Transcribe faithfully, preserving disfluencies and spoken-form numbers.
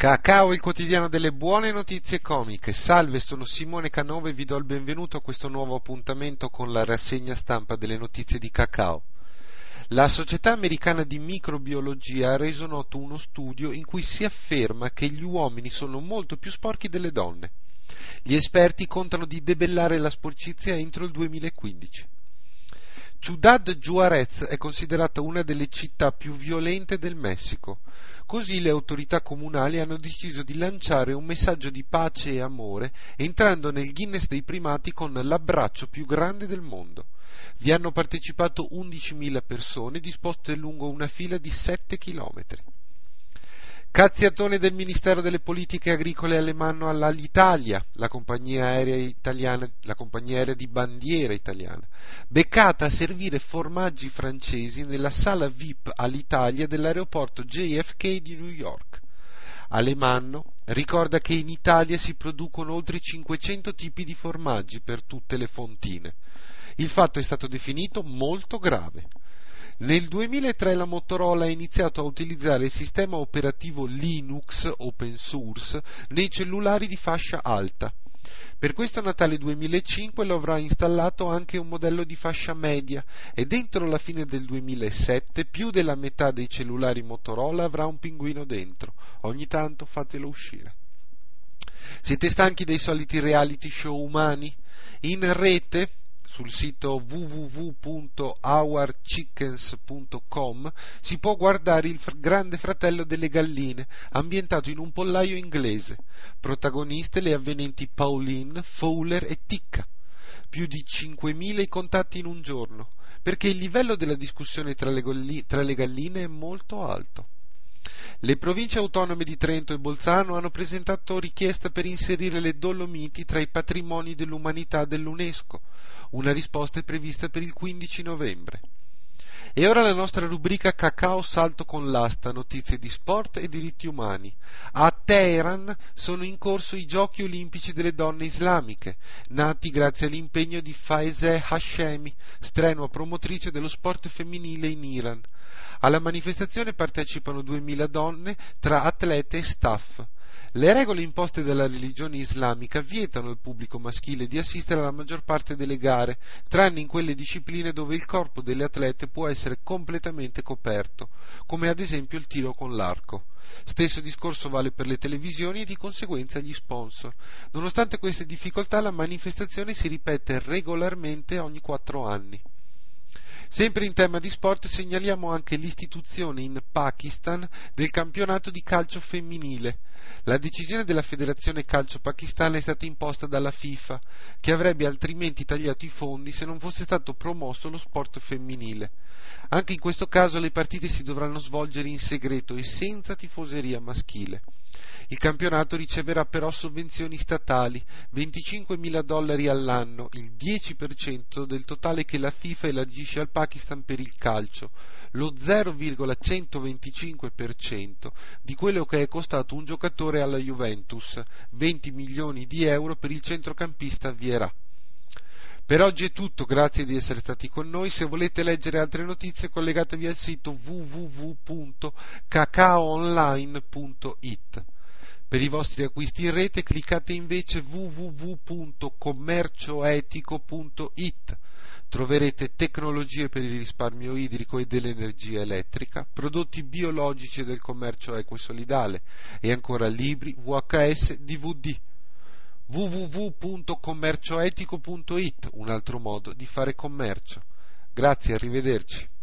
Cacao, il quotidiano delle buone notizie comiche. Salve, sono Simone Canova e vi do il benvenuto a questo nuovo appuntamento con la rassegna stampa delle notizie di Cacao. La Società Americana di Microbiologia ha reso noto uno studio in cui si afferma che gli uomini sono molto più sporchi delle donne. Gli esperti contano di debellare la sporcizia entro il duemilaquindici. Ciudad Juárez è considerata una delle città più violente del Messico. Così le autorità comunali hanno deciso di lanciare un messaggio di pace e amore, entrando nel Guinness dei primati con l'abbraccio più grande del mondo. Vi hanno partecipato undicimila persone disposte lungo una fila di sette chilometri. Cazziatone del Ministero delle Politiche Agricole Alemanno all'Alitalia, la compagnia aerea italiana, la compagnia aerea di bandiera italiana, beccata a servire formaggi francesi nella sala V I P all'Italia dell'aeroporto J F K di New York. Alemanno ricorda che in Italia si producono oltre cinquecento tipi di formaggi per tutte le fontine. Il fatto è stato definito molto grave. Nel duemilatré la Motorola ha iniziato a utilizzare il sistema operativo Linux open source nei cellulari di fascia alta. Per questo Natale duemilacinque lo avrà installato anche un modello di fascia media e dentro la fine del duemilasette più della metà dei cellulari Motorola avrà un pinguino dentro. Ogni tanto fatelo uscire. Siete stanchi dei soliti reality show umani? In rete, sul sito w w w punto our chickens punto com si può guardare il fr- Grande Fratello delle Galline, ambientato in un pollaio inglese. Protagoniste le avvenenti Pauline, Fowler e Ticca. Più di cinquemila i contatti in un giorno, perché il livello della discussione tra le, golli- tra le galline è molto alto. Le province autonome di Trento e Bolzano hanno presentato richiesta per inserire le Dolomiti tra i patrimoni dell'umanità dell'UNESCO. Una risposta è prevista per il quindici novembre. E ora la nostra rubrica Cacao Salto con l'asta, notizie di sport e diritti umani. A Teheran sono in corso i giochi olimpici delle donne islamiche, nati grazie all'impegno di Faezeh Hashemi, strenua promotrice dello sport femminile in Iran. Alla manifestazione partecipano duemila donne tra atlete e staff. Le regole imposte dalla religione islamica vietano al pubblico maschile di assistere alla maggior parte delle gare, tranne in quelle discipline dove il corpo delle atlete può essere completamente coperto, come ad esempio il tiro con l'arco. Stesso discorso vale per le televisioni e di conseguenza gli sponsor. Nonostante queste difficoltà, la manifestazione si ripete regolarmente ogni quattro anni. Sempre in tema di sport segnaliamo anche l'istituzione in Pakistan del campionato di calcio femminile. La decisione della Federazione Calcio Pakistana è stata imposta dalla FIFA, che avrebbe altrimenti tagliato i fondi se non fosse stato promosso lo sport femminile. Anche in questo caso le partite si dovranno svolgere in segreto e senza tifoseria maschile. Il campionato riceverà però sovvenzioni statali, venticinquemila dollari all'anno, il dieci per cento del totale che la FIFA elargisce al Pakistan per il calcio, lo zero virgola centoventicinque per cento di quello che è costato un giocatore alla Juventus, venti milioni di euro per il centrocampista Vieira. Per oggi è tutto, grazie di essere stati con noi. Se volete leggere altre notizie collegatevi al sito w w w punto cacao online punto i t. Per i vostri acquisti in rete cliccate invece w w w punto commercio etico punto i t. Troverete tecnologie per il risparmio idrico e dell'energia elettrica, prodotti biologici del commercio equo e solidale e ancora libri, V H S, D V D. w w w punto commercio etico punto i t, un altro modo di fare commercio. Grazie, arrivederci.